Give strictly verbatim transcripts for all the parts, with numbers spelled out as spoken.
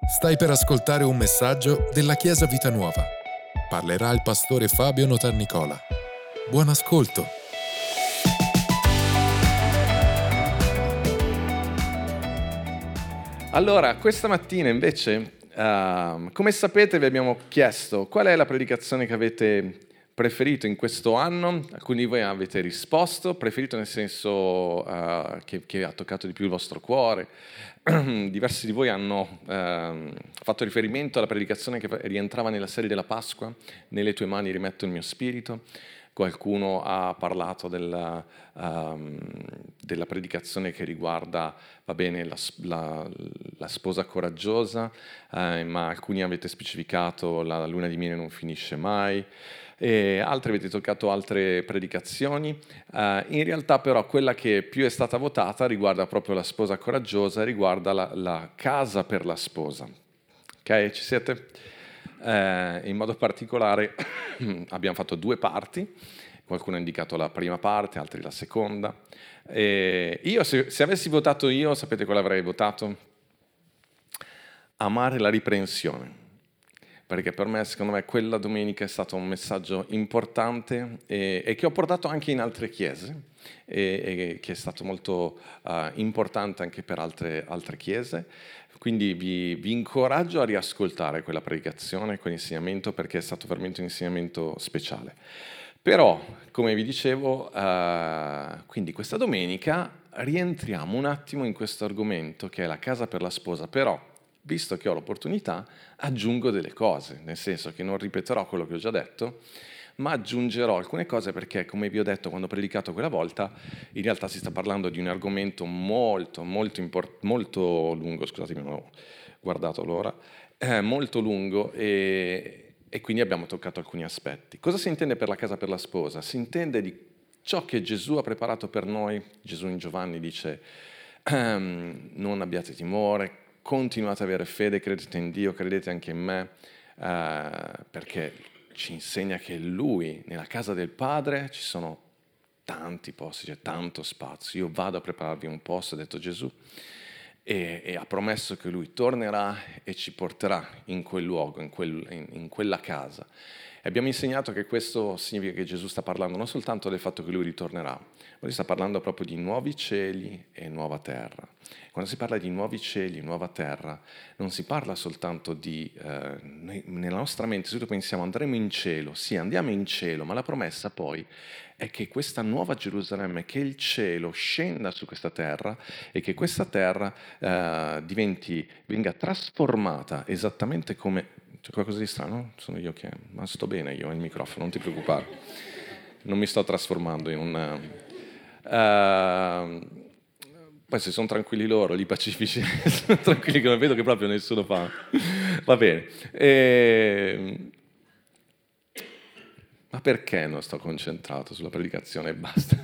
Stai per ascoltare un messaggio della Chiesa Vita Nuova. Parlerà il pastore Fabio Notarnicola. Buon ascolto. Allora, questa mattina invece, uh, come sapete, vi abbiamo chiesto qual è la predicazione che avete preferito in questo anno. Alcuni di voi avete risposto, preferito nel senso uh, che, che ha toccato di più il vostro cuore. Diversi di voi hanno uh, fatto riferimento alla predicazione che rientrava nella serie della Pasqua, nelle tue mani rimetto il mio spirito. Qualcuno ha parlato della, um, della predicazione che riguarda, va bene, la, la, la sposa coraggiosa, eh, ma alcuni avete specificato la luna di miele non finisce mai, e altri avete toccato altre predicazioni. Uh, in realtà però quella che più è stata votata riguarda proprio la sposa coraggiosa, riguarda la, la casa per la sposa. Ok, ci siete? Eh, in modo particolare abbiamo fatto due parti, qualcuno ha indicato la prima parte, altri la seconda. E io, se, se avessi votato io, sapete quale avrei votato? Amare la riprensione, perché per me, secondo me, quella domenica è stato un messaggio importante e, e che ho portato anche in altre chiese e, e che è stato molto uh, importante anche per altre, altre chiese. Quindi vi, vi incoraggio a riascoltare quella predicazione, quell'insegnamento, perché è stato veramente un insegnamento speciale. Però, come vi dicevo, uh, quindi questa domenica rientriamo un attimo in questo argomento che è la casa per la sposa, però, visto che ho l'opportunità, aggiungo delle cose, nel senso che non ripeterò quello che ho già detto, ma aggiungerò alcune cose perché, come vi ho detto quando ho predicato quella volta, in realtà si sta parlando di un argomento molto, molto, import- molto lungo, scusatemi, non ho guardato l'ora, eh, molto lungo e, e quindi abbiamo toccato alcuni aspetti. Cosa si intende per la casa per la sposa? Si intende di ciò che Gesù ha preparato per noi. Gesù in Giovanni dice ehm, non abbiate timore, continuate ad avere fede, credete in Dio, credete anche in me, eh, perché ci insegna che Lui, nella casa del Padre, ci sono tanti posti, c'è tanto spazio. Io vado a prepararvi un posto, ha detto Gesù, e, e ha promesso che Lui tornerà e ci porterà in quel luogo, in, quel, in, in quella casa. E abbiamo insegnato che questo significa che Gesù sta parlando non soltanto del fatto che Lui ritornerà, ma Lui sta parlando proprio di nuovi cieli e nuova terra. Quando si parla di nuovi cieli, nuova terra, non si parla soltanto di, eh, noi, nella nostra mente, se pensiamo andremo in cielo, sì, andiamo in cielo, ma la promessa poi è che questa nuova Gerusalemme, che il cielo scenda su questa terra e che questa terra eh, diventi, venga trasformata esattamente come... C'è qualcosa di strano? Sono io che... Ma sto bene io, il microfono, non ti preoccupare. Non mi sto trasformando in un... Uh, Poi se sono tranquilli loro, lì pacifici, sono tranquilli che non vedo che proprio nessuno fa. Va bene. E... Ma perché non sto concentrato sulla predicazione e basta?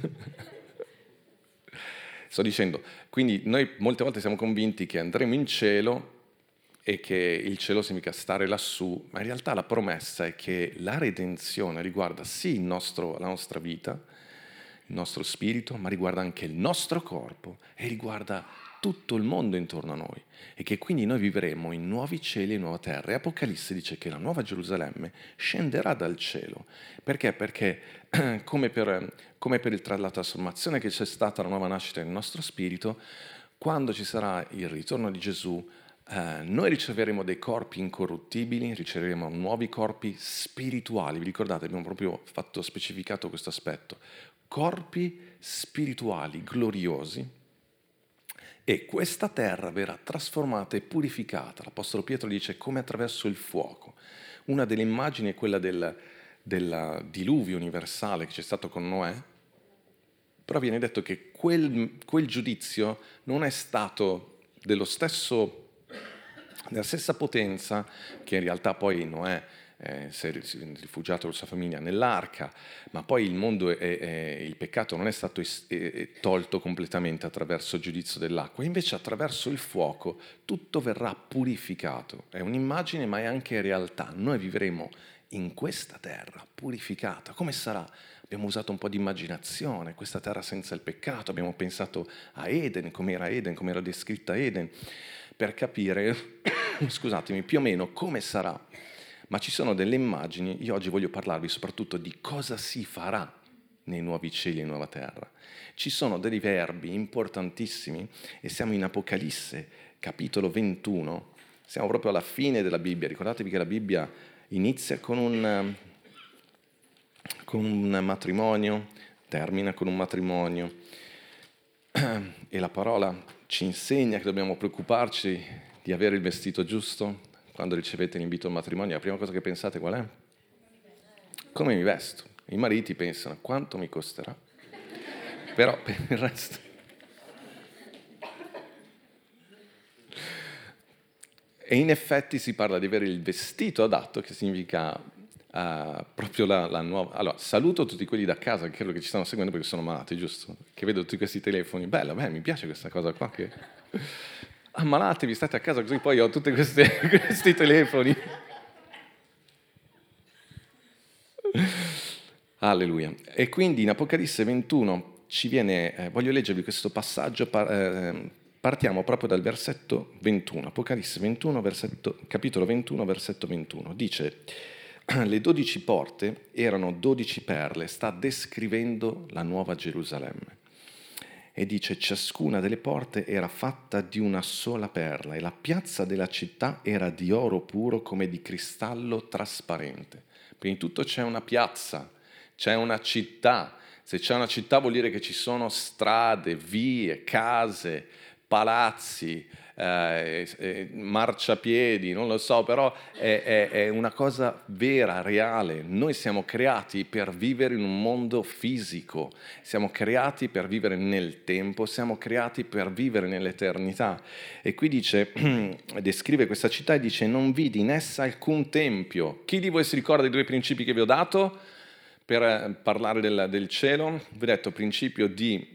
Sto dicendo, quindi noi molte volte siamo convinti che andremo in cielo e che il cielo significa stare lassù, ma in realtà la promessa è che la redenzione riguarda sì il nostro, la nostra vita, il nostro spirito, ma riguarda anche il nostro corpo e riguarda tutto il mondo intorno a noi e che quindi noi vivremo in nuovi cieli e nuova terra. E Apocalisse dice che la nuova Gerusalemme scenderà dal cielo. Perché? Perché come per, come per il, la trasformazione che c'è stata, la nuova nascita nel nostro spirito, quando ci sarà il ritorno di Gesù, Uh, noi riceveremo dei corpi incorruttibili, riceveremo nuovi corpi spirituali. Vi ricordate, abbiamo proprio fatto specificato questo aspetto. Corpi spirituali gloriosi e questa terra verrà trasformata e purificata. L'Apostolo Pietro dice come attraverso il fuoco. Una delle immagini è quella del, del diluvio universale che c'è stato con Noè, però viene detto che quel, quel giudizio non è stato dello stesso della stessa potenza che in realtà poi Noè eh, si è rifugiato con la sua famiglia nell'arca, ma poi il mondo e il peccato non è stato es- è tolto completamente attraverso il giudizio dell'acqua, invece attraverso il fuoco tutto verrà purificato. È un'immagine ma è anche realtà. Noi vivremo in questa terra purificata. Come sarà? Abbiamo usato un po' di immaginazione, questa terra senza il peccato, abbiamo pensato a Eden, come era Eden, come era descritta Eden, per capire scusatemi, più o meno come sarà, ma ci sono delle immagini. Io oggi voglio parlarvi soprattutto di cosa si farà nei nuovi cieli e nuova terra. Ci sono dei verbi importantissimi e siamo in Apocalisse, capitolo ventuno, siamo proprio alla fine della Bibbia. Ricordatevi che la Bibbia inizia con un, con un matrimonio, termina con un matrimonio e la parola ci insegna che dobbiamo preoccuparci di avere il vestito giusto quando ricevete l'invito al matrimonio. La prima cosa che pensate qual è? Come mi vesto? I mariti pensano quanto mi costerà, però per il resto e in effetti si parla di avere il vestito adatto, che significa uh, proprio la, la nuova. Allora, saluto tutti quelli da casa che credo che ci stanno seguendo perché sono malati, giusto? Che vedo tutti questi telefoni. Bello, beh, mi piace questa cosa qua che ammalatevi, state a casa così poi ho tutti questi telefoni. Alleluia. E quindi in Apocalisse ventuno ci viene, eh, voglio leggervi questo passaggio, par, eh, partiamo proprio dal versetto ventuno, Apocalisse ventuno, versetto, capitolo ventuno, versetto ventuno, dice, le dodici porte erano dodici perle, sta descrivendo la nuova Gerusalemme, e dice, ciascuna delle porte era fatta di una sola perla, e la piazza della città era di oro puro come di cristallo trasparente. Prima di tutto c'è una piazza, c'è una città. Se c'è una città vuol dire che ci sono strade, vie, case, palazzi, eh, eh, marciapiedi, non lo so, però è, è, è una cosa vera, reale. Noi siamo creati per vivere in un mondo fisico, siamo creati per vivere nel tempo, siamo creati per vivere nell'eternità. E qui dice, descrive questa città e dice, non vidi in essa alcun tempio. Chi di voi si ricorda dei due principi che vi ho dato per parlare del, del cielo? Vi ho detto principio di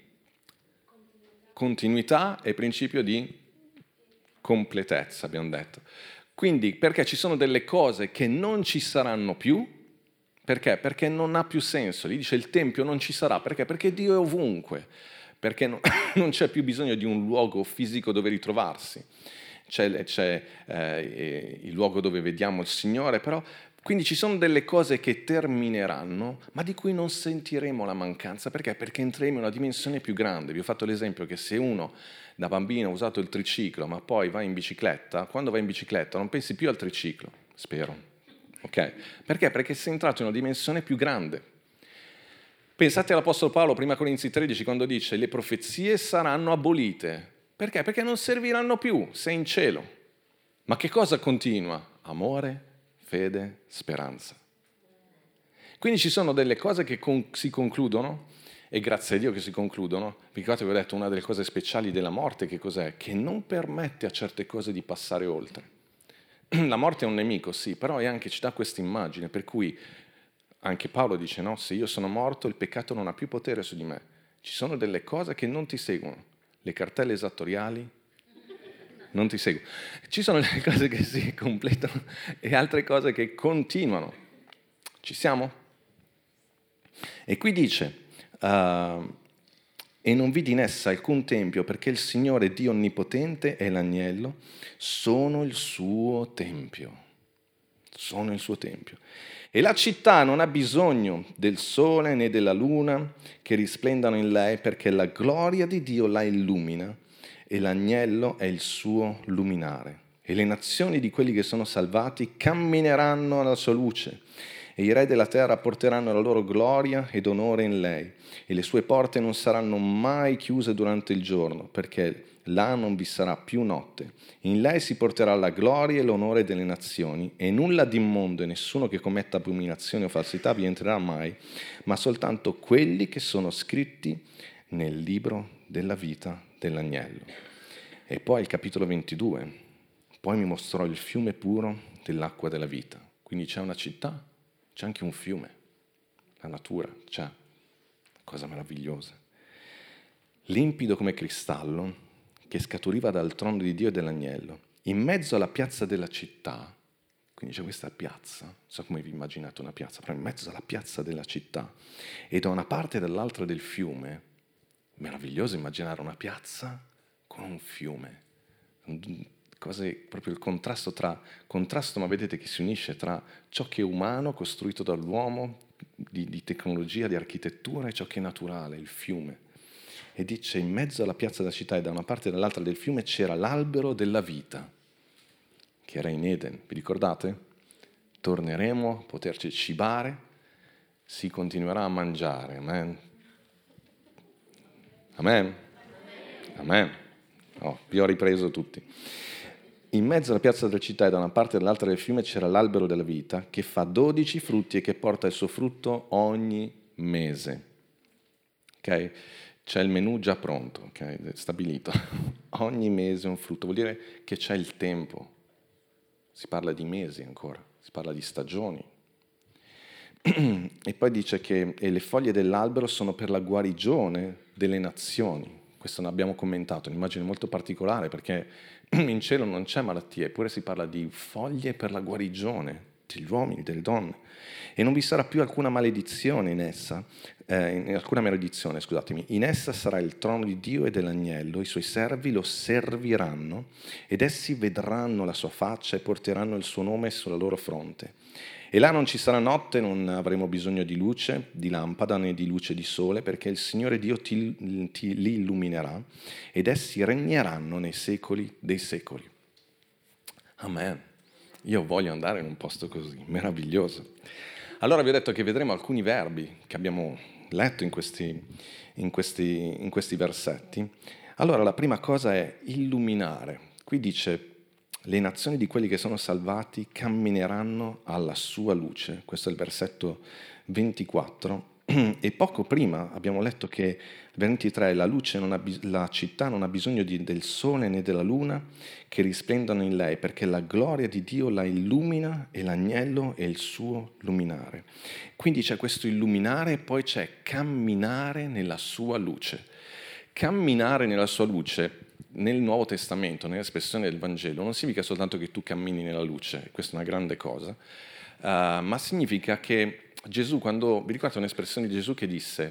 continuità e principio di completezza, abbiamo detto. Quindi, perché ci sono delle cose che non ci saranno più, perché? Perché non ha più senso. Gli dice il Tempio non ci sarà, perché? Perché Dio è ovunque, perché no, non c'è più bisogno di un luogo fisico dove ritrovarsi. C'è, c'è eh, il luogo dove vediamo il Signore, però quindi ci sono delle cose che termineranno, ma di cui non sentiremo la mancanza. Perché? Perché entreremo in una dimensione più grande. Vi ho fatto l'esempio che se uno da bambino ha usato il triciclo, ma poi va in bicicletta, quando va in bicicletta non pensi più al triciclo, spero. Ok? Perché? Perché sei entrato in una dimensione più grande. Pensate all'Apostolo Paolo, prima Corinzi tredici, quando dice le profezie saranno abolite. Perché? Perché non serviranno più, sei in cielo. Ma che cosa continua? Amore, fede, speranza. Quindi ci sono delle cose che con- si concludono, e grazie a Dio che si concludono. Vi ricordate che vi ho detto una delle cose speciali della morte, che cos'è? Che non permette a certe cose di passare oltre. La morte è un nemico, sì, però è anche, ci dà questa immagine, per cui anche Paolo dice, no, se io sono morto il peccato non ha più potere su di me. Ci sono delle cose che non ti seguono, le cartelle esattoriali non ti seguono. Ci sono delle cose che si completano e altre cose che continuano. Ci siamo? E qui dice, uh, e non vidi in essa alcun tempio, perché il Signore Dio Onnipotente e l'Agnello sono il suo tempio. Sono il suo tempio. E la città non ha bisogno del sole né della luna che risplendano in lei, perché la gloria di Dio la illumina e l'agnello è il suo luminare. E le nazioni di quelli che sono salvati cammineranno alla sua luce, e i re della terra porteranno la loro gloria ed onore in lei, e le sue porte non saranno mai chiuse durante il giorno, perché là non vi sarà più notte. In lei si porterà la gloria e l'onore delle nazioni, e nulla d'immondo e nessuno che commetta abominazione o falsità vi entrerà mai, ma soltanto quelli che sono scritti nel libro della vita dell'agnello. E poi il capitolo ventidue, poi mi mostrò il fiume puro dell'acqua della vita. Quindi c'è una città, c'è anche un fiume, la natura c'è, cosa meravigliosa. Limpido come cristallo, che scaturiva dal trono di Dio e dell'agnello, in mezzo alla piazza della città, quindi c'è questa piazza, non so come vi immaginate una piazza, però in mezzo alla piazza della città, e da una parte e dall'altra del fiume, meraviglioso immaginare una piazza con un fiume, cose, proprio il contrasto tra, contrasto, ma vedete che si unisce tra ciò che è umano, costruito dall'uomo, di, di tecnologia, di architettura, e ciò che è naturale, il fiume. E dice, in mezzo alla piazza della città e da una parte e dall'altra del fiume c'era l'albero della vita, che era in Eden, vi ricordate? Torneremo a poterci cibare, si continuerà a mangiare, amen? Amen? Amen. Oh, vi ho ripreso tutti. In mezzo alla piazza della città e da una parte e dall'altra del fiume c'era l'albero della vita che fa dodici frutti e che porta il suo frutto ogni mese. Ok? C'è il menù già pronto, okay? Stabilito. Ogni mese un frutto, vuol dire che c'è il tempo. Si parla di mesi ancora, si parla di stagioni. E poi dice che e le foglie dell'albero sono per la guarigione delle nazioni. Questo ne abbiamo commentato, un'immagine molto particolare perché in cielo non c'è malattia, eppure si parla di foglie per la guarigione degli uomini, delle donne. E non vi sarà più alcuna maledizione in essa, eh, in, alcuna maledizione, scusatemi. In essa sarà il trono di Dio e dell'agnello, i suoi servi lo serviranno ed essi vedranno la sua faccia e porteranno il suo nome sulla loro fronte. E là non ci sarà notte, non avremo bisogno di luce, di lampada né di luce di sole, perché il Signore Dio ti, ti, li illuminerà ed essi regneranno nei secoli dei secoli. Amen. Io voglio andare in un posto così, meraviglioso. Allora vi ho detto che vedremo alcuni verbi che abbiamo letto in questi, in questi, in questi versetti. Allora la prima cosa è illuminare. Qui dice: le nazioni di quelli che sono salvati cammineranno alla sua luce. Questo è il versetto ventiquattro. E poco prima abbiamo letto che ventitré, la luce non ha, la città non ha bisogno di, del sole né della luna che risplendano in lei, perché la gloria di Dio la illumina e l'agnello è il suo luminare. Quindi c'è questo illuminare e poi c'è camminare nella sua luce. Camminare nella sua luce nel Nuovo Testamento, nell'espressione del Vangelo, non significa soltanto che tu cammini nella luce, questa è una grande cosa, uh, ma significa che Gesù, quando, vi ricordate un'espressione di Gesù che disse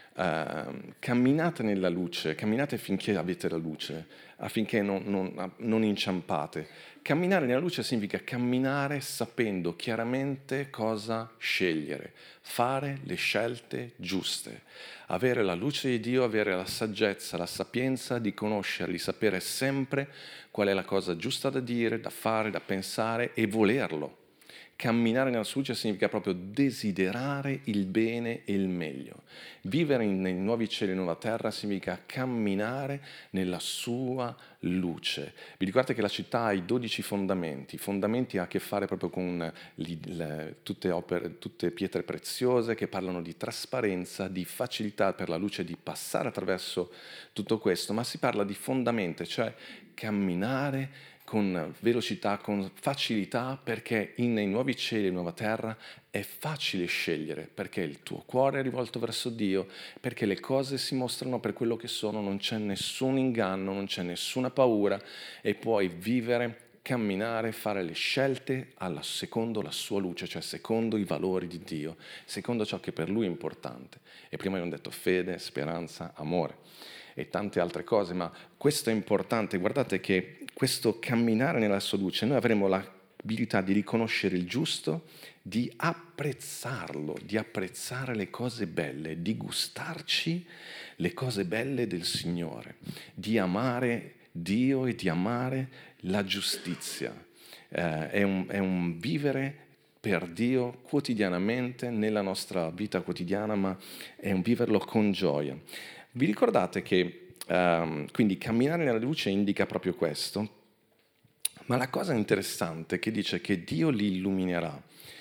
uh, camminate nella luce, camminate finché avete la luce, affinché non, non, non inciampate. Camminare nella luce significa camminare sapendo chiaramente cosa scegliere, fare le scelte giuste, avere la luce di Dio, avere la saggezza, la sapienza di conoscerli, di sapere sempre qual è la cosa giusta da dire, da fare, da pensare e volerlo. Camminare nella sua luce significa proprio desiderare il bene e il meglio. Vivere nei nuovi cieli e nuova terra significa camminare nella sua luce. Vi ricordate che la città ha i dodici fondamenti. I fondamenti ha a che fare proprio con le, le, tutte, opere, tutte pietre preziose che parlano di trasparenza, di facilità per la luce di passare attraverso tutto questo, ma si parla di fondamento, cioè camminare con velocità, con facilità, perché in, nei nuovi cieli e nuova terra è facile scegliere, perché il tuo cuore è rivolto verso Dio, perché le cose si mostrano per quello che sono, non c'è nessun inganno, non c'è nessuna paura e puoi vivere, camminare, fare le scelte alla, secondo la sua luce, cioè secondo i valori di Dio, secondo ciò che per Lui è importante. E prima abbiamo detto fede, speranza, amore e tante altre cose, ma questo è importante. Guardate che questo camminare nella sua luce, noi avremo l'abilità di riconoscere il giusto, di apprezzarlo, di apprezzare le cose belle, di gustarci le cose belle del Signore, di amare Dio e di amare la giustizia. Eh, è un, è un vivere per Dio quotidianamente nella nostra vita quotidiana, ma è un viverlo con gioia. Vi ricordate che um, quindi camminare nella luce indica proprio questo, ma la cosa interessante è che dice che Dio li illuminerà.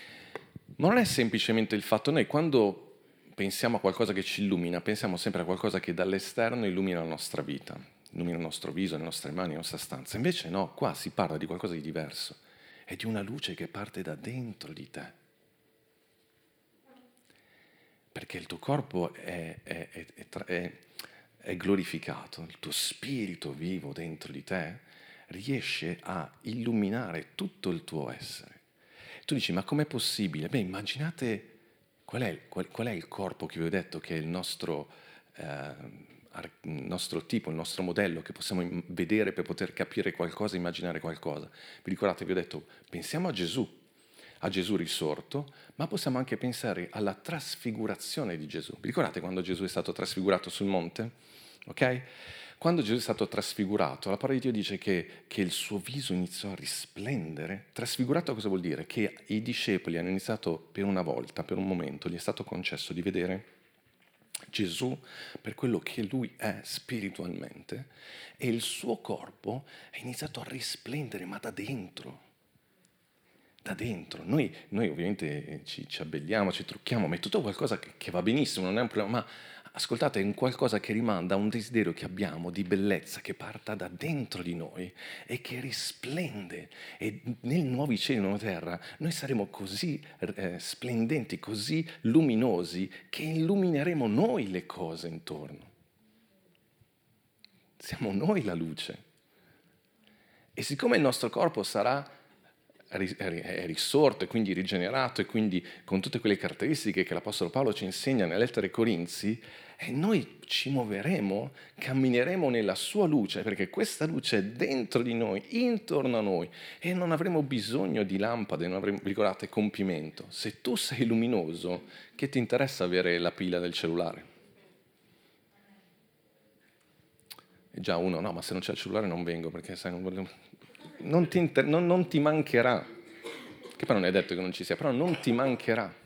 Ma non è semplicemente il fatto, noi quando pensiamo a qualcosa che ci illumina, pensiamo sempre a qualcosa che dall'esterno illumina la nostra vita, illumina il nostro viso, le nostre mani, la nostra stanza. Invece no, qua si parla di qualcosa di diverso, è di una luce che parte da dentro di te. Perché il tuo corpo è, è, è, è, è glorificato, il tuo spirito vivo dentro di te riesce a illuminare tutto il tuo essere. Tu dici, ma com'è possibile? Beh, immaginate qual è, qual, qual è il corpo che vi ho detto che è il nostro eh, il nostro tipo, il nostro modello che possiamo vedere per poter capire qualcosa, immaginare qualcosa. Vi ricordate, vi ho detto, pensiamo a Gesù, a Gesù risorto, ma possiamo anche pensare alla trasfigurazione di Gesù. Vi ricordate quando Gesù è stato trasfigurato sul monte? Ok? Quando Gesù è stato trasfigurato, la parola di Dio dice che, che il suo viso iniziò a risplendere. Trasfigurato cosa vuol dire? Che i discepoli hanno iniziato per una volta, per un momento, gli è stato concesso di vedere Gesù per quello che lui è spiritualmente e il suo corpo è iniziato a risplendere, ma da dentro. Da dentro. Noi, noi ovviamente ci, ci abbelliamo, ci trucchiamo, ma è tutto qualcosa che, che va benissimo, non è un problema, ma ascoltate, è un qualcosa che rimanda a un desiderio che abbiamo di bellezza che parta da dentro di noi e che risplende. E nel nuovi cieli e nuova terra noi saremo così eh, splendenti, così luminosi, che illumineremo noi le cose intorno. Siamo noi la luce. E siccome il nostro corpo sarà è risorto e quindi rigenerato e quindi con tutte quelle caratteristiche che l'Apostolo Paolo ci insegna nelle lettere ai Corinzi, e noi ci muoveremo, cammineremo nella sua luce, perché questa luce è dentro di noi, intorno a noi, e non avremo bisogno di lampade, non avremo, ricordate, compimento. Se tu sei luminoso, che ti interessa avere la pila del cellulare? E già uno, no, ma se non c'è il cellulare non vengo, perché sai, non voglio... Non ti, inter- non, non ti mancherà, che poi non è detto che non ci sia, però non ti mancherà.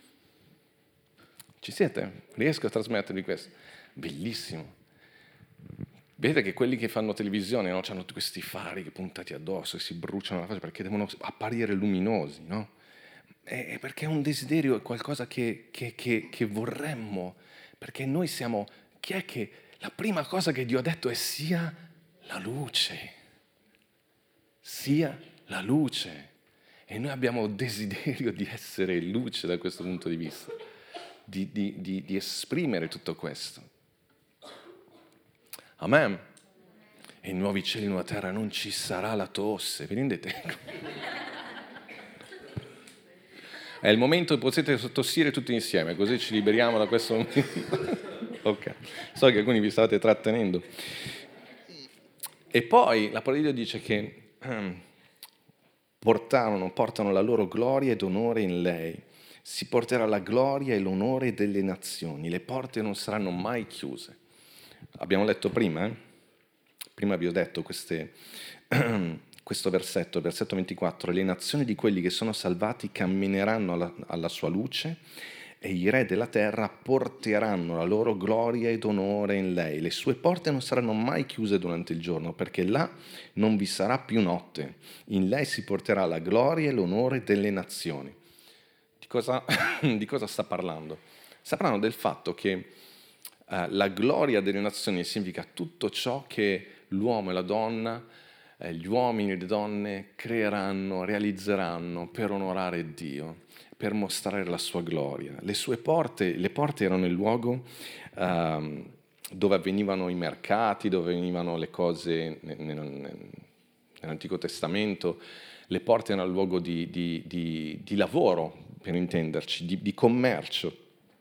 Ci siete? Riesco a trasmettervi questo? Bellissimo. Vedete che quelli che fanno televisione, no, hanno tutti questi fari che puntati addosso e si bruciano la faccia perché devono apparire luminosi, no? È perché è un desiderio, è qualcosa che, che, che, che vorremmo, perché noi siamo... Chi è che... La prima cosa che Dio ha detto è sia la luce. Sia la luce. E noi abbiamo desiderio di essere luce da questo punto di vista. Di, di, di, di esprimere tutto questo. Amen. E in nuovi cieli e nuova terra non ci sarà la tosse, vi rendete? È il momento che potete tossire tutti insieme, così ci liberiamo da questo momento. Ok, so che alcuni vi state trattenendo. E poi la parola di Dio dice che portarono, portano la loro gloria ed onore in lei. Si porterà la gloria e l'onore delle nazioni, le porte non saranno mai chiuse. Abbiamo letto prima, eh? Prima vi ho detto queste, questo versetto, il versetto ventiquattro, le nazioni di quelli che sono salvati cammineranno alla, alla sua luce e i re della terra porteranno la loro gloria ed onore in lei. Le sue porte non saranno mai chiuse durante il giorno, perché là non vi sarà più notte. In lei si porterà la gloria e l'onore delle nazioni. Di cosa, di cosa sta parlando? Sta parlando del fatto che eh, la gloria delle nazioni significa tutto ciò che l'uomo e la donna, eh, gli uomini e le donne creeranno, realizzeranno per onorare Dio, per mostrare la sua gloria. Le sue porte, le porte erano il luogo eh, dove avvenivano i mercati, dove avvenivano le cose nell'Antico Testamento. Le porte erano il luogo di, di, di, di lavoro, per intenderci, di, di commercio.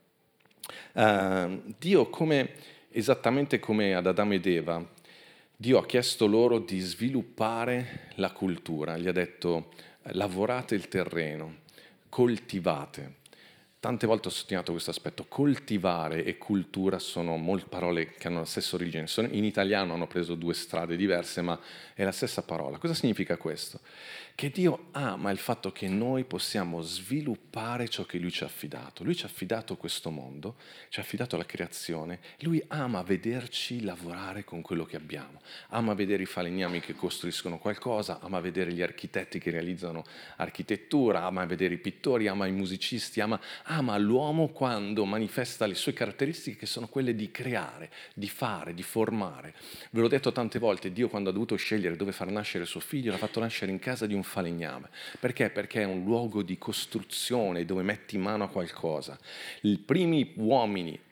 Uh, Dio, come, esattamente come ad Adamo ed Eva, Dio ha chiesto loro di sviluppare la cultura. Gli ha detto, lavorate il terreno, coltivate. Tante volte ho sottolineato questo aspetto. Coltivare e cultura sono molte parole che hanno la stessa origine. In italiano hanno preso due strade diverse, ma è la stessa parola. Cosa significa questo? Che Dio ama il fatto che noi possiamo sviluppare ciò che Lui ci ha affidato. Lui ci ha affidato questo mondo, ci ha affidato la creazione. Lui ama vederci lavorare con quello che abbiamo. Ama vedere i falegnami che costruiscono qualcosa, ama vedere gli architetti che realizzano architettura, ama vedere i pittori, ama i musicisti, ama, ama l'uomo quando manifesta le sue caratteristiche che sono quelle di creare, di fare, di formare. Ve l'ho detto tante volte, Dio quando ha dovuto scegliere dove far nascere suo figlio l'ha fatto nascere in casa di un falegname. Perché? Perché è un luogo di costruzione dove metti in mano a qualcosa. I primi uomini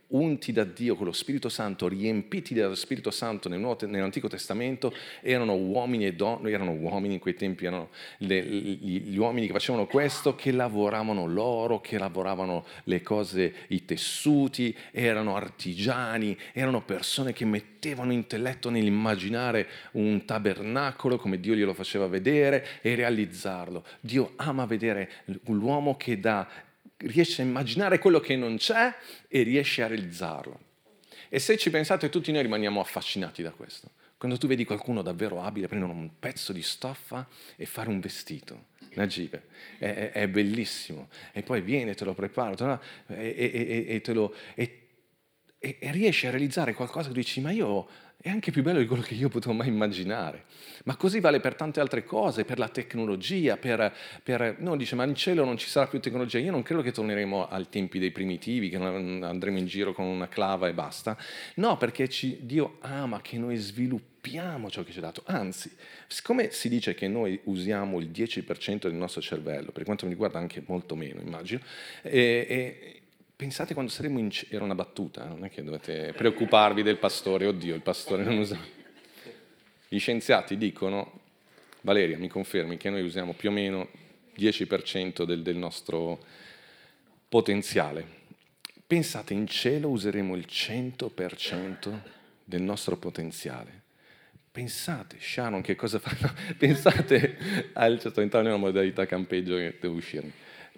unti da Dio con lo Spirito Santo, riempiti dallo Spirito Santo nel Nuovo, nell'Antico Testamento, erano uomini e donne, erano uomini in quei tempi, erano le, gli, gli uomini che facevano questo, che lavoravano l'oro, che lavoravano le cose, i tessuti, erano artigiani, erano persone che mettevano intelletto nell'immaginare un tabernacolo come Dio glielo faceva vedere e realizzarlo. Dio ama vedere l'uomo che dà riesce a immaginare quello che non c'è e riesce a realizzarlo. E se ci pensate, tutti noi rimaniamo affascinati da questo. Quando tu vedi qualcuno davvero abile a prendere un pezzo di stoffa e fare un vestito, una gipe, è, è, è bellissimo. E poi viene, te lo prepara, te lo, e, e, e, te lo, e, e, e riesce a realizzare qualcosa che dici, ma io... è anche più bello di quello che io potevo mai immaginare. Ma così vale per tante altre cose, per la tecnologia, per... per no, dice, ma in cielo non ci sarà più tecnologia. Io non credo che torneremo ai tempi dei primitivi, che andremo in giro con una clava e basta. No, perché ci, Dio ama che noi sviluppiamo ciò che ci ha dato. Anzi, siccome si dice che noi usiamo il dieci per cento del nostro cervello, per quanto mi riguarda anche molto meno, immagino, e... e pensate quando saremo in cielo, era una battuta, non è che dovete preoccuparvi del pastore, oddio, il pastore non usa. Gli scienziati dicono, Valeria, mi confermi che noi usiamo più o meno dieci per cento del, del nostro potenziale. Pensate, in cielo useremo il cento per cento del nostro potenziale. Pensate, Sharon, che cosa fanno? Pensate, al, sto entrando in una modalità campeggio che devo uscirmi.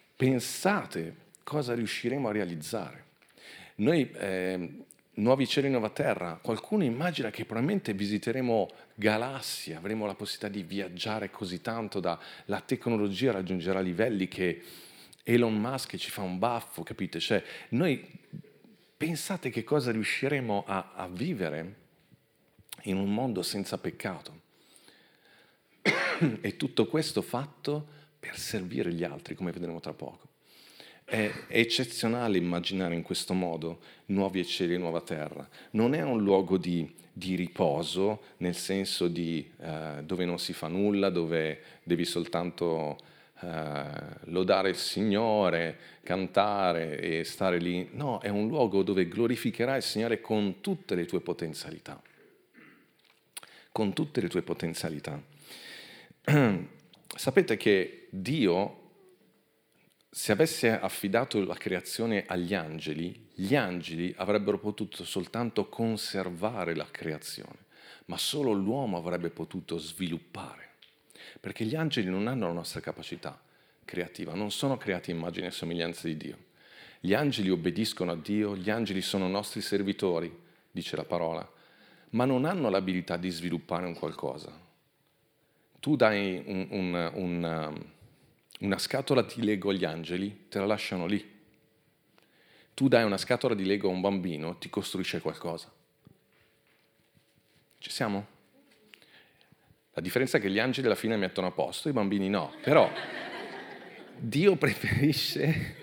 Pensate cosa riusciremo a realizzare. Noi, eh, nuovi cieli e nuova terra, qualcuno immagina che probabilmente visiteremo galassie, avremo la possibilità di viaggiare così tanto da la tecnologia raggiungerà livelli che Elon Musk ci fa un baffo, capite? Cioè, noi pensate che cosa riusciremo a, a vivere in un mondo senza peccato. E tutto questo fatto per servire gli altri, come vedremo tra poco. È eccezionale immaginare in questo modo nuovi cieli e nuova terra. Non è un luogo di, di riposo, nel senso di eh, dove non si fa nulla, dove devi soltanto eh, lodare il Signore, cantare e stare lì. No, è un luogo dove glorificherai il Signore con tutte le tue potenzialità. Con tutte le tue potenzialità. Sapete che Dio, se avesse affidato la creazione agli angeli, gli angeli avrebbero potuto soltanto conservare la creazione, ma solo l'uomo avrebbe potuto sviluppare, perché gli angeli non hanno la nostra capacità creativa, non sono creati a immagine e somiglianza di Dio. Gli angeli obbediscono a Dio, gli angeli sono nostri servitori, dice la parola, ma non hanno l'abilità di sviluppare un qualcosa. Tu dai un... un, un Una scatola di Lego agli angeli, te la lasciano lì. Tu dai una scatola di Lego a un bambino, ti costruisce qualcosa. Ci siamo? La differenza è che gli angeli alla fine mettono a posto, i bambini no. Però Dio preferisce,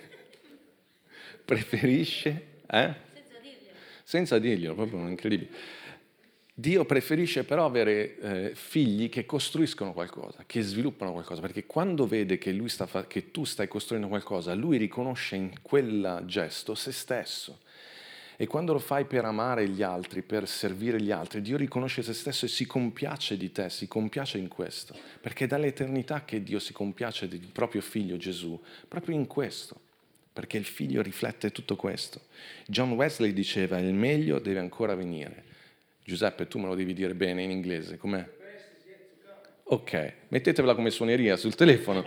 preferisce, eh? Senza dirglielo. Senza dirglielo, proprio incredibile. Dio preferisce però avere eh, figli che costruiscono qualcosa, che sviluppano qualcosa, perché quando vede che, lui sta fa- che tu stai costruendo qualcosa, lui riconosce in quel gesto se stesso. E quando lo fai per amare gli altri, per servire gli altri, Dio riconosce se stesso e si compiace di te, si compiace in questo. Perché è dall'eternità che Dio si compiace del proprio figlio Gesù, proprio in questo. Perché il figlio riflette tutto questo. John Wesley diceva, il meglio deve ancora venire. Giuseppe, tu me lo devi dire bene in inglese, com'è? Ok, mettetevela come suoneria sul telefono.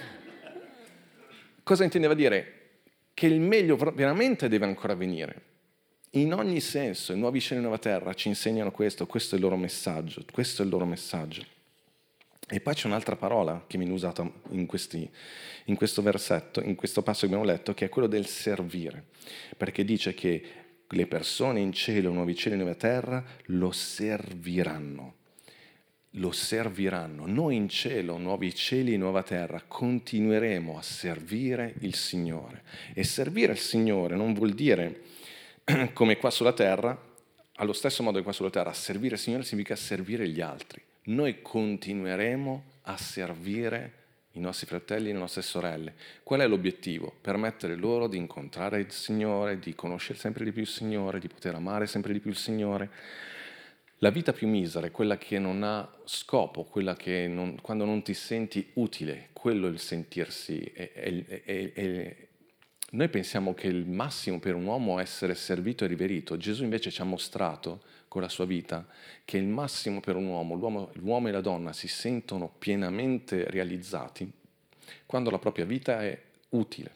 Cosa intendeva dire? Che il meglio veramente deve ancora venire. In ogni senso, i nuovi cieli e nuova terra ci insegnano questo, questo è il loro messaggio, questo è il loro messaggio. E poi c'è un'altra parola che viene usata in, questi, in questo versetto, in questo passo che abbiamo letto, che è quello del servire, perché dice che le persone in cielo, nuovi cieli e nuova terra, lo serviranno. Lo serviranno. Noi in cielo, nuovi cieli e nuova terra, continueremo a servire il Signore. E servire il Signore non vuol dire, come qua sulla terra, allo stesso modo che qua sulla terra, servire il Signore significa servire gli altri. Noi continueremo a servire i nostri fratelli e le nostre sorelle. Qual è l'obiettivo? Permettere loro di incontrare il Signore, di conoscere sempre di più il Signore, di poter amare sempre di più il Signore. La vita più misera è quella che non ha scopo, quella che non, quando non ti senti utile, quello è il sentirsi. È, è, è, è, noi pensiamo che il massimo per un uomo è essere servito e riverito. Gesù invece ci ha mostrato con la sua vita che il massimo per un uomo, l'uomo, l'uomo e la donna si sentono pienamente realizzati quando la propria vita è utile,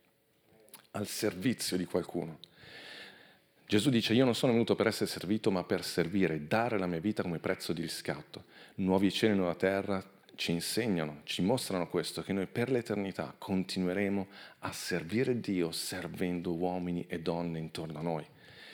al servizio di qualcuno. Gesù dice: io non sono venuto per essere servito, ma per servire, dare la mia vita come prezzo di riscatto. Nuovi cieli e nuova terra ci insegnano, ci mostrano questo, che noi per l'eternità continueremo a servire Dio servendo uomini e donne intorno a noi.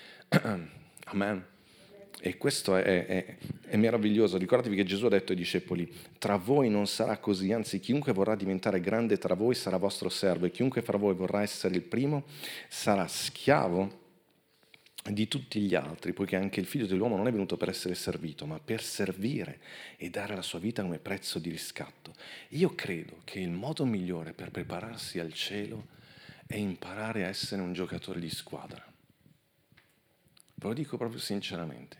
Amen. E questo è, è, è meraviglioso. Ricordatevi che Gesù ha detto ai discepoli: tra voi non sarà così, anzi chiunque vorrà diventare grande tra voi sarà vostro servo, e chiunque fra voi vorrà essere il primo sarà schiavo di tutti gli altri, poiché anche il Figlio dell'uomo non è venuto per essere servito, ma per servire e dare la sua vita come prezzo di riscatto. Io credo che il modo migliore per prepararsi al cielo è imparare a essere un giocatore di squadra. Ve lo dico proprio sinceramente.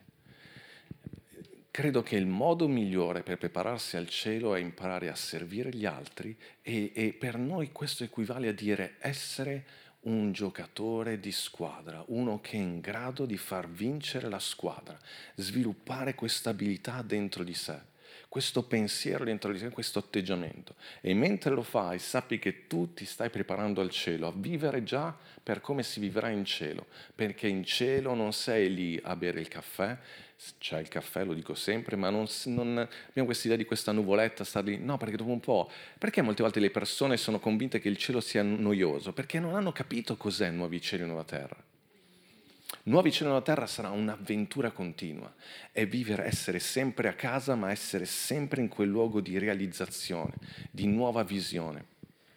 Credo che il modo migliore per prepararsi al cielo è imparare a servire gli altri, e, e per noi questo equivale a dire essere un giocatore di squadra, uno che è in grado di far vincere la squadra, sviluppare questa abilità dentro di sé, questo pensiero dentro di sé, questo atteggiamento. E mentre lo fai, sappi che tu ti stai preparando al cielo, a vivere già per come si vivrà in cielo, perché in cielo non sei lì a bere il caffè. C'è il caffè, lo dico sempre, ma non, non abbiamo questa idea di questa nuvoletta, star lì. No, perché dopo un po', perché molte volte le persone sono convinte che il cielo sia noioso? Perché non hanno capito cos'è nuovi cieli e nuova terra. Nuovi cieli e nuova terra sarà un'avventura continua, è vivere, essere sempre a casa, ma essere sempre in quel luogo di realizzazione, di nuova visione.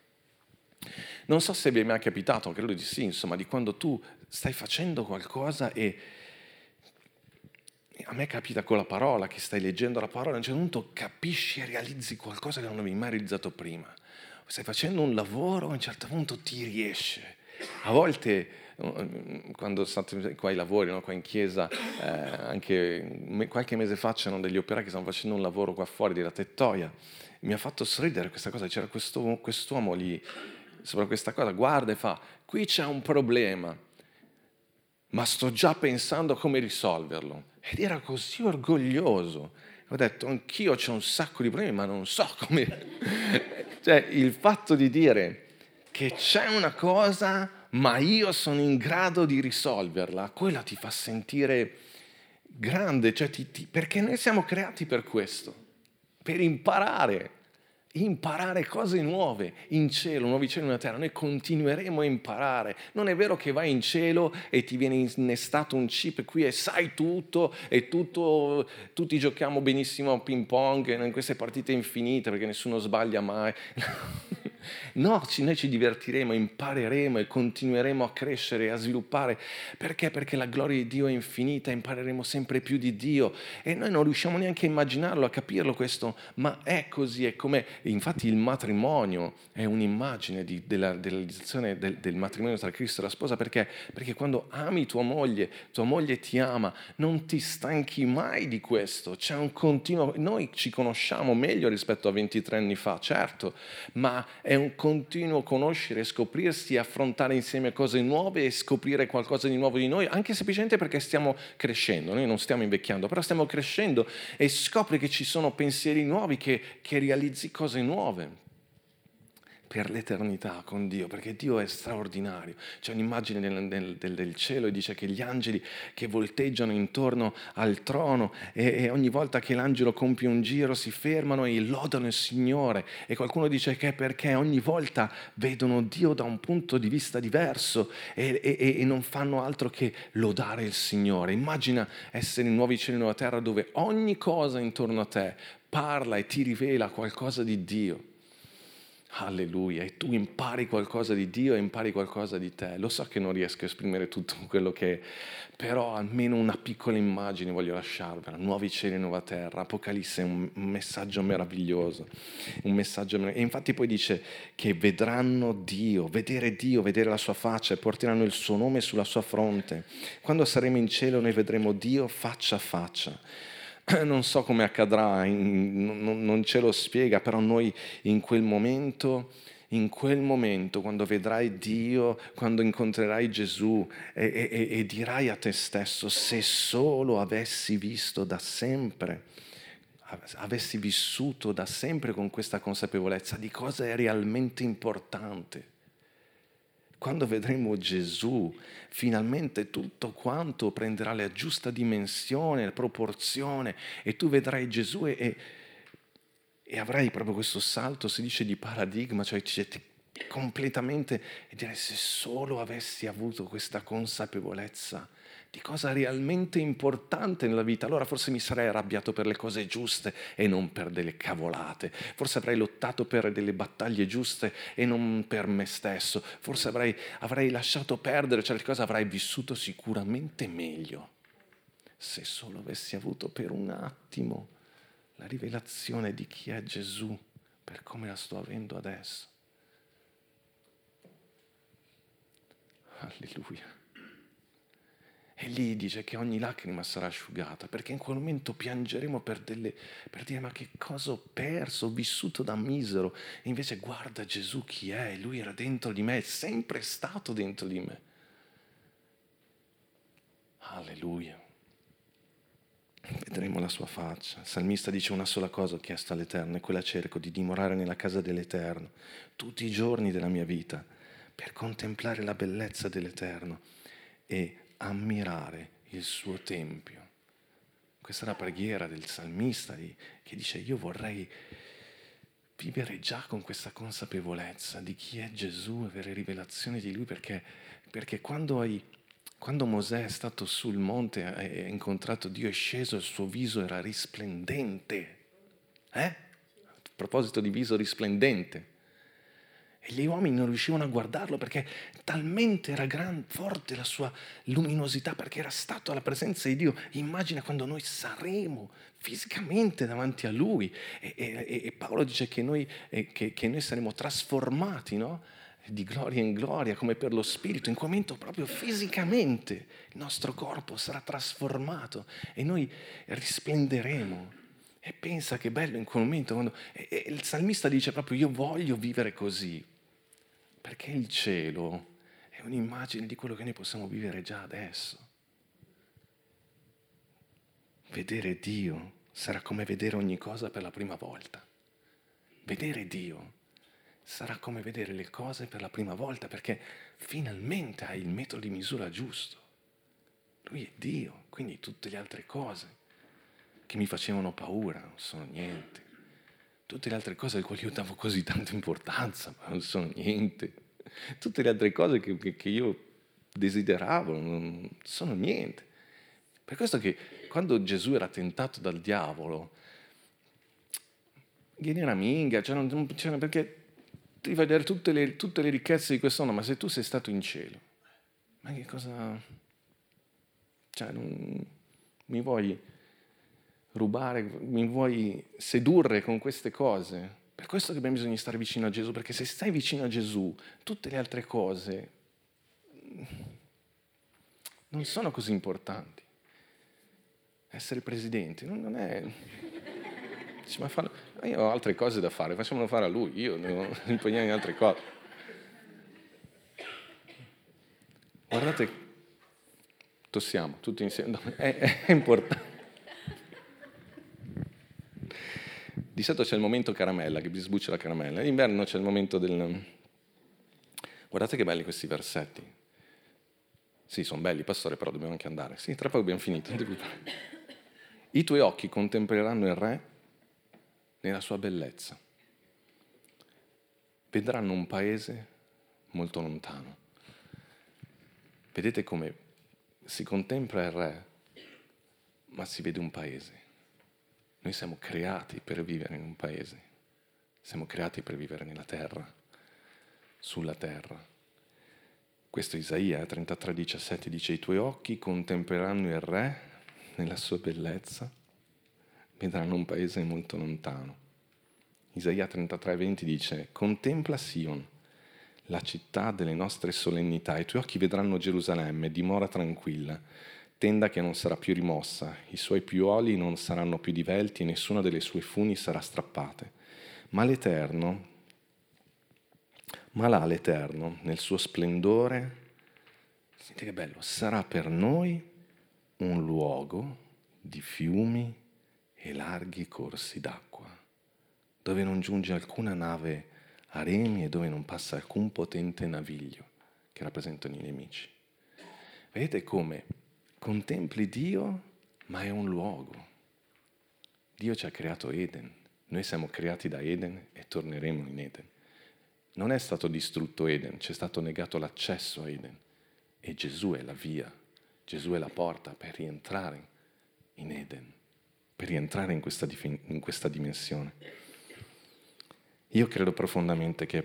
Non so se vi è mai capitato, credo di sì, insomma, di quando tu stai facendo qualcosa e a me capita con la parola, che stai leggendo la parola, a un certo punto capisci e realizzi qualcosa che non avevi mai realizzato prima. Stai facendo un lavoro, a un certo punto ti riesce. A volte, quando state qua ai lavori, no, qua in chiesa, eh, anche qualche mese fa c'erano degli operai che stavano facendo un lavoro qua fuori della tettoia. Mi ha fatto sorridere questa cosa, c'era questo, quest'uomo lì, sopra questa cosa, guarda e fa: qui c'è un problema, ma sto già pensando a come risolverlo. Ed era così orgoglioso. Ho detto: anch'io c'ho un sacco di problemi, ma non so come. Cioè, il fatto di dire che c'è una cosa, ma io sono in grado di risolverla, quella ti fa sentire grande, cioè ti, ti, perché noi siamo creati per questo, per imparare. Imparare cose nuove in cielo, nuovi cieli e nuova terra. Noi continueremo a imparare. Non è vero che vai in cielo e ti viene innestato un chip qui e sai tutto e tutto, tutti giochiamo benissimo a ping pong in queste partite infinite perché nessuno sbaglia mai. No, noi ci divertiremo, impareremo e continueremo a crescere e a sviluppare. Perché? Perché la gloria di Dio è infinita, impareremo sempre più di Dio e noi non riusciamo neanche a immaginarlo, a capirlo questo, ma è così, è come, infatti il matrimonio è un'immagine di, della, della realizzazione del, del matrimonio tra Cristo e la sposa. Perché? Perché quando ami tua moglie, tua moglie ti ama, non ti stanchi mai di questo, c'è un continuo, noi ci conosciamo meglio rispetto a ventitré anni fa, certo, ma è un continuo conoscere, scoprirsi, affrontare insieme cose nuove e scoprire qualcosa di nuovo di noi, anche semplicemente perché stiamo crescendo. Noi non stiamo invecchiando, però stiamo crescendo e scopri che ci sono pensieri nuovi, che, che realizzi cose nuove per l'eternità con Dio, perché Dio è straordinario. C'è un'immagine del, del, del, del cielo e dice che gli angeli che volteggiano intorno al trono e, e ogni volta che l'angelo compie un giro si fermano e lodano il Signore, e qualcuno dice che è perché ogni volta vedono Dio da un punto di vista diverso e, e, e non fanno altro che lodare il Signore. Immagina essere in nuovi cieli e nuova terra dove ogni cosa intorno a te parla e ti rivela qualcosa di Dio. Alleluia, e tu impari qualcosa di Dio e impari qualcosa di te. Lo so che non riesco a esprimere tutto quello che è, però almeno una piccola immagine voglio lasciarvela. Nuovi cieli e nuova terra. Apocalisse è un messaggio meraviglioso, un messaggio meraviglioso. E infatti poi dice che vedranno Dio, vedere Dio, vedere la sua faccia, e porteranno il suo nome sulla sua fronte. Quando saremo in cielo noi vedremo Dio faccia a faccia. Non so come accadrà, non, non ce lo spiega, però noi in quel momento, in quel momento, quando vedrai Dio, quando incontrerai Gesù e, e, e dirai a te stesso, se solo avessi visto da sempre, avessi vissuto da sempre con questa consapevolezza di cosa è realmente importante. Quando vedremo Gesù, finalmente tutto quanto prenderà la giusta dimensione, la proporzione, e tu vedrai Gesù e, e, e avrai proprio questo salto, si dice, di paradigma, cioè completamente, e dire se solo avessi avuto questa consapevolezza di cosa realmente importante nella vita, allora forse mi sarei arrabbiato per le cose giuste e non per delle cavolate, forse avrei lottato per delle battaglie giuste e non per me stesso, forse avrei, avrei lasciato perdere certe cose, avrei vissuto sicuramente meglio se solo avessi avuto per un attimo la rivelazione di chi è Gesù per come la sto avendo adesso. Alleluia. E lì dice che ogni lacrima sarà asciugata, perché in quel momento piangeremo per, delle, per dire ma che cosa ho perso, ho vissuto da misero. E invece guarda Gesù chi è, lui era dentro di me, è sempre stato dentro di me. Alleluia. Vedremo la sua faccia. Il salmista dice una sola cosa ho chiesto all'Eterno, e quella cerco, di dimorare nella casa dell'Eterno tutti i giorni della mia vita, per contemplare la bellezza dell'Eterno e ammirare il suo tempio. Questa è la preghiera del salmista che dice io vorrei vivere già con questa consapevolezza di chi è Gesù, avere rivelazione di lui, perché, perché quando, hai, quando Mosè è stato sul monte e ha incontrato Dio, è sceso, il suo viso era risplendente. Eh? A proposito di viso risplendente. E gli uomini non riuscivano a guardarlo perché talmente era gran, forte la sua luminosità, perché era stato alla presenza di Dio. Immagina quando noi saremo fisicamente davanti a Lui. E, e, e Paolo dice che noi, eh, che, che noi saremo trasformati, no? Di gloria in gloria, come per lo Spirito. In quel momento proprio fisicamente il nostro corpo sarà trasformato e noi risplenderemo. E pensa che bello in quel momento, quando e, e il salmista dice proprio io voglio vivere così, perché il cielo è un'immagine di quello che noi possiamo vivere già adesso. Vedere Dio sarà come vedere ogni cosa per la prima volta. Vedere Dio sarà come vedere le cose per la prima volta, perché finalmente hai il metro di misura giusto. Lui è Dio, quindi tutte le altre cose che mi facevano paura non sono niente. Tutte le altre cose alle quali io davo così tanta importanza, ma non sono niente. Tutte le altre cose che, che, che io desideravo non sono niente. Per questo che quando Gesù era tentato dal diavolo, vieni una minga, cioè non, cioè perché devi vedere tutte le, tutte le ricchezze di questo mondo, ma se tu sei stato in cielo, ma che cosa... Cioè, non, mi vuoi rubare, mi vuoi sedurre con queste cose? Per questo che abbiamo bisogno di stare vicino a Gesù, perché se stai vicino a Gesù, tutte le altre cose non sono così importanti. Essere presidente non, non è... Dici, ma fa... io ho altre cose da fare, facciamolo fare a lui, io devo impegnare in altre cose. Guardate, tossiamo tutti insieme, no, è, è importante. Di solito c'è il momento caramella, che vi sbuccia la caramella. In inverno c'è il momento del... Guardate che belli questi versetti. Sì, sono belli, pastore, però dobbiamo anche andare. Sì, tra poco abbiamo finito. I tuoi occhi contempleranno il Re nella sua bellezza. Vedranno un paese molto lontano. Vedete come si contempla il Re, ma si vede un paese. Noi siamo creati per vivere in un paese. Siamo creati per vivere nella terra, sulla terra. Questo Isaia trentatré diciassette dice: i tuoi occhi contempleranno il Re nella sua bellezza, vedranno un paese molto lontano. Isaia trentatré venti dice: contempla Sion, la città delle nostre solennità, i tuoi occhi vedranno Gerusalemme, dimora tranquilla, tenda che non sarà più rimossa, i suoi piuoli non saranno più divelti e nessuna delle sue funi sarà strappate. Ma l'Eterno, ma là l'Eterno, nel suo splendore, sentite che bello, sarà per noi un luogo di fiumi e larghi corsi d'acqua, dove non giunge alcuna nave a remi e dove non passa alcun potente naviglio, che rappresentano i nemici. Vedete come contempli Dio, ma è un luogo. Dio ci ha creato Eden. Noi siamo creati da Eden e torneremo in Eden. Non è stato distrutto Eden, c'è stato negato l'accesso a Eden. E Gesù è la via, Gesù è la porta per rientrare in Eden, per rientrare in questa, in questa dimensione. Io credo profondamente che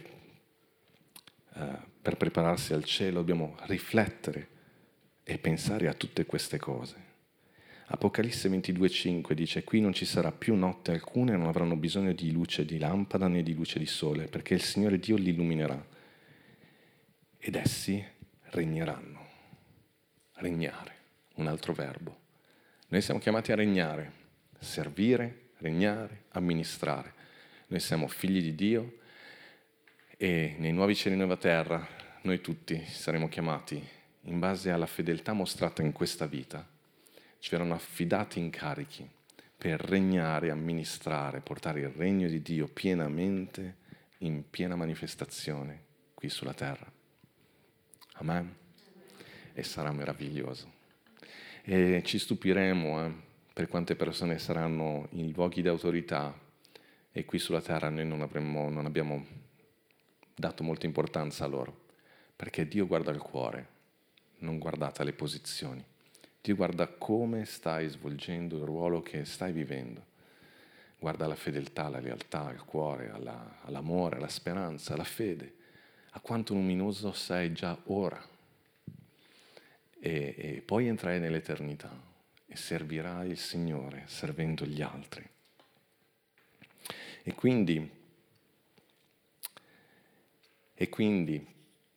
eh, per prepararsi al cielo dobbiamo riflettere e pensare a tutte queste cose. Apocalisse ventidue cinque dice: qui non ci sarà più notte alcuna e non avranno bisogno di luce di lampada né di luce di sole, perché il Signore Dio li illuminerà ed essi regneranno. Regnare, un altro verbo. Noi siamo chiamati a regnare, servire, regnare, amministrare. Noi siamo figli di Dio e nei nuovi cieli e nuova terra noi tutti saremo chiamati in base alla fedeltà mostrata in questa vita. Ci verranno affidati incarichi per regnare, amministrare, portare il regno di Dio pienamente, in piena manifestazione qui sulla terra. Amen. E sarà meraviglioso. E ci stupiremo eh, per quante persone saranno in luoghi di autorità e qui sulla terra noi non, avremmo, non abbiamo dato molta importanza a loro, perché Dio guarda il cuore, non guardate alle posizioni. Dio guarda come stai svolgendo il ruolo che stai vivendo. Guarda la fedeltà, la lealtà, il cuore, alla, all'amore, alla speranza, alla fede, a quanto luminoso sei già ora. E, e poi entrerai nell'eternità e servirai il Signore servendo gli altri. E quindi, e quindi,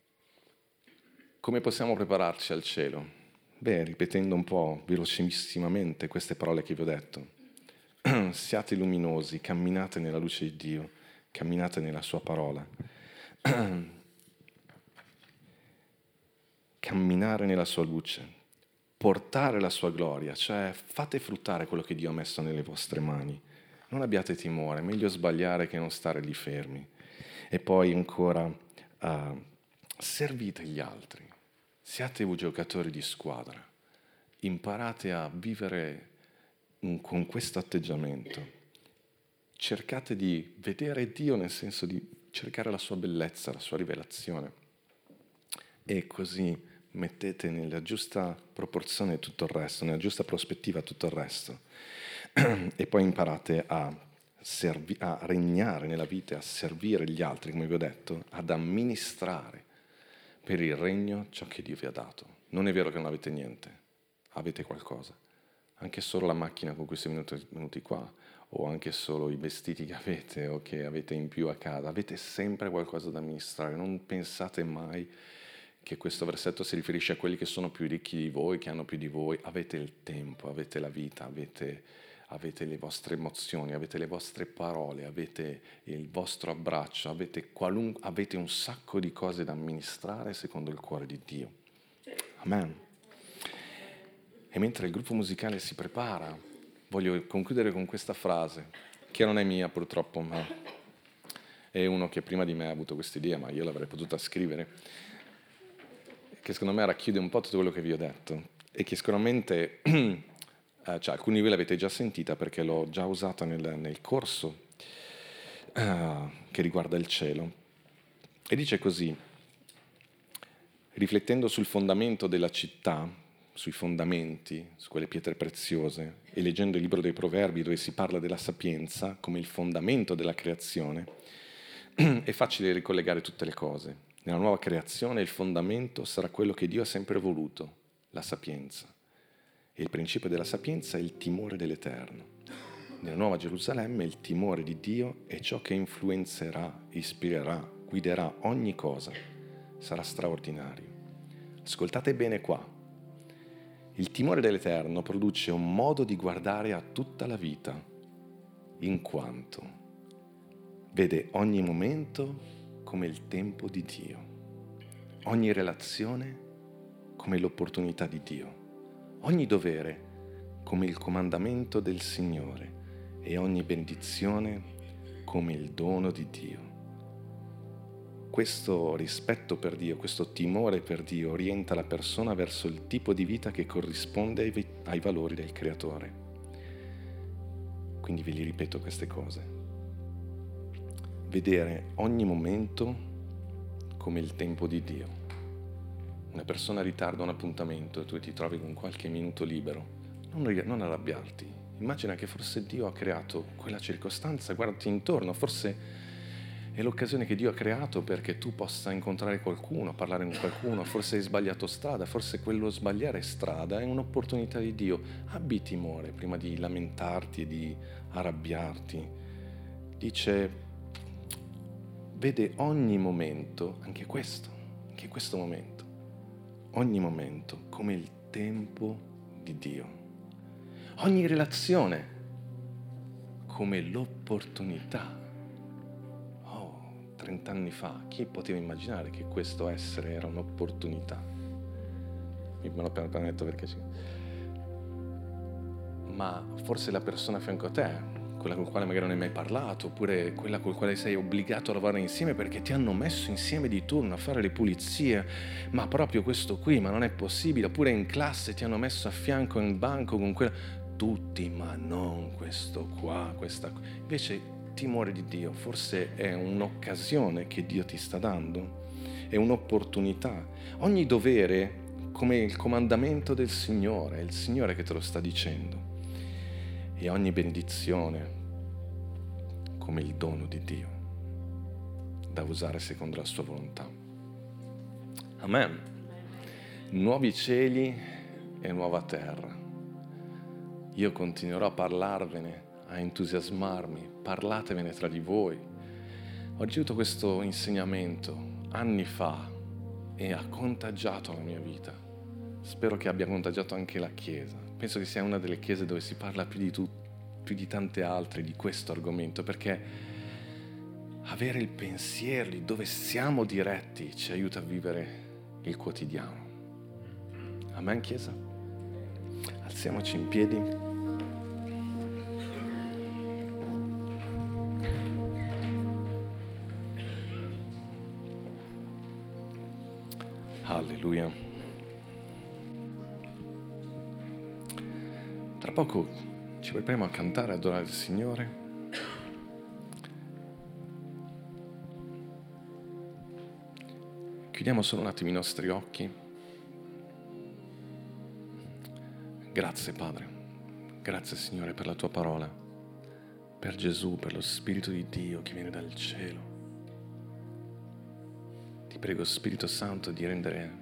come possiamo prepararci al cielo? Beh, ripetendo un po' velocissimamente queste parole che vi ho detto. Siate luminosi, camminate nella luce di Dio, camminate nella sua parola. Camminare nella sua luce, portare la sua gloria, cioè fate fruttare quello che Dio ha messo nelle vostre mani. Non abbiate timore, meglio sbagliare che non stare lì fermi. E poi ancora, uh, servite gli altri. Siate voi giocatori di squadra, imparate a vivere un, con questo atteggiamento, cercate di vedere Dio nel senso di cercare la sua bellezza, la sua rivelazione e così mettete nella giusta proporzione tutto il resto, nella giusta prospettiva tutto il resto e poi imparate a, servi- a regnare nella vita, a servire gli altri, come vi ho detto, ad amministrare per il regno ciò che Dio vi ha dato. Non è vero che non avete niente, avete qualcosa. Anche solo la macchina con cui siete venuti, venuti qua, o anche solo i vestiti che avete o che avete in più a casa, avete sempre qualcosa da amministrare. Non pensate mai che questo versetto si riferisce a quelli che sono più ricchi di voi, che hanno più di voi. Avete il tempo, avete la vita, avete, avete le vostre emozioni, avete le vostre parole, avete il vostro abbraccio, avete, qualun- avete un sacco di cose da amministrare secondo il cuore di Dio. Amen. E mentre il gruppo musicale si prepara, voglio concludere con questa frase, che non è mia purtroppo, ma è uno che prima di me ha avuto questa idea, ma io l'avrei potuta scrivere, che secondo me racchiude un po' tutto quello che vi ho detto, e che sicuramente, eh, cioè alcuni di voi l'avete già sentita perché l'ho già usata nel, nel corso eh, che riguarda il cielo. E dice così: riflettendo sul fondamento della città, sui fondamenti, su quelle pietre preziose, e leggendo il libro dei Proverbi dove si parla della sapienza come il fondamento della creazione, è facile ricollegare tutte le cose. Nella nuova creazione il fondamento sarà quello che Dio ha sempre voluto, la sapienza. E il principio della sapienza è il timore dell'Eterno. Nella Nuova Gerusalemme il timore di Dio è ciò che influenzerà, ispirerà, guiderà ogni cosa. Sarà straordinario. Ascoltate bene qua. Il timore dell'Eterno produce un modo di guardare a tutta la vita, in quanto vede ogni momento come il tempo di Dio, ogni relazione come l'opportunità di Dio, ogni dovere come il comandamento del Signore e ogni benedizione come il dono di Dio. Questo rispetto per Dio, questo timore per Dio orienta la persona verso il tipo di vita che corrisponde ai, ai valori del Creatore. Quindi ve li ripeto queste cose. Vedere ogni momento come il tempo di Dio. Una persona ritarda un appuntamento e tu ti trovi con qualche minuto libero. Non, non arrabbiarti. Immagina che forse Dio ha creato quella circostanza, guardati intorno, forse è l'occasione che Dio ha creato perché tu possa incontrare qualcuno, parlare con qualcuno, forse hai sbagliato strada, forse quello sbagliare strada è un'opportunità di Dio. Abbi timore prima di lamentarti e di arrabbiarti. Dice, vede ogni momento, anche questo, anche questo momento, ogni momento come il tempo di Dio. Ogni relazione come l'opportunità. Oh, trent'anni fa, chi poteva immaginare che questo essere era un'opportunità? Me l'ho appena detto perché sì. Ma forse la persona a fianco a te, quella con la quale magari non hai mai parlato, oppure quella con la quale sei obbligato a lavorare insieme perché ti hanno messo insieme di turno a fare le pulizie, ma proprio questo qui, ma non è possibile, oppure in classe ti hanno messo a fianco in banco con quella... Tutti, ma non questo qua, questa qua. Invece, timore di Dio forse è un'occasione che Dio ti sta dando, è un'opportunità. Ogni dovere come il comandamento del Signore, è il Signore che te lo sta dicendo. E ogni benedizione come il dono di Dio, da usare secondo la sua volontà. Amen. Nuovi cieli e nuova terra. Io continuerò a parlarvene, a entusiasmarmi, parlatevene tra di voi. Ho ricevuto questo insegnamento anni fa e ha contagiato la mia vita. Spero che abbia contagiato anche la Chiesa. Penso che sia una delle chiese dove si parla più di, tu, più di tante altre di questo argomento, perché avere il pensiero di dove siamo diretti ci aiuta a vivere il quotidiano. Amen, Chiesa? Alziamoci in piedi. Alleluia. Tra poco ci prepariamo a cantare e adorare il Signore. Chiudiamo solo un attimo i nostri occhi. Grazie Padre, grazie Signore per la Tua parola, per Gesù, per lo Spirito di Dio che viene dal cielo. Ti prego, Spirito Santo, di rendere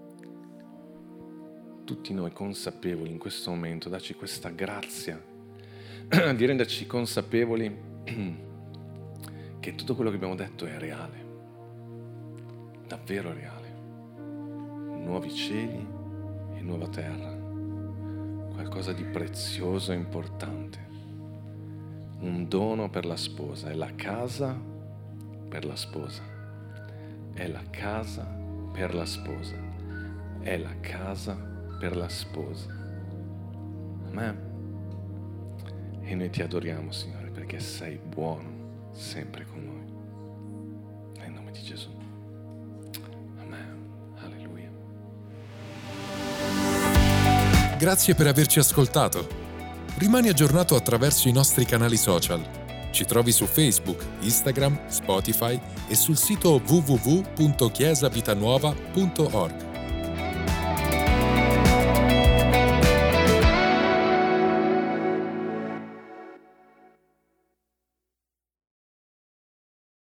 tutti noi consapevoli in questo momento, dacci questa grazia di renderci consapevoli che tutto quello che abbiamo detto è reale, davvero reale. Nuovi cieli e nuova terra, qualcosa di prezioso e importante, un dono per la sposa, è la casa per la sposa. È la casa per la sposa. È la casa per la sposa. Amen. E noi ti adoriamo, Signore, perché sei buono sempre con noi. Nel nome di Gesù. Amen. Alleluia. Grazie per averci ascoltato. Rimani aggiornato attraverso i nostri canali social. Ci trovi su Facebook, Instagram, Spotify e sul sito w w w punto chiesa vitanuova punto org.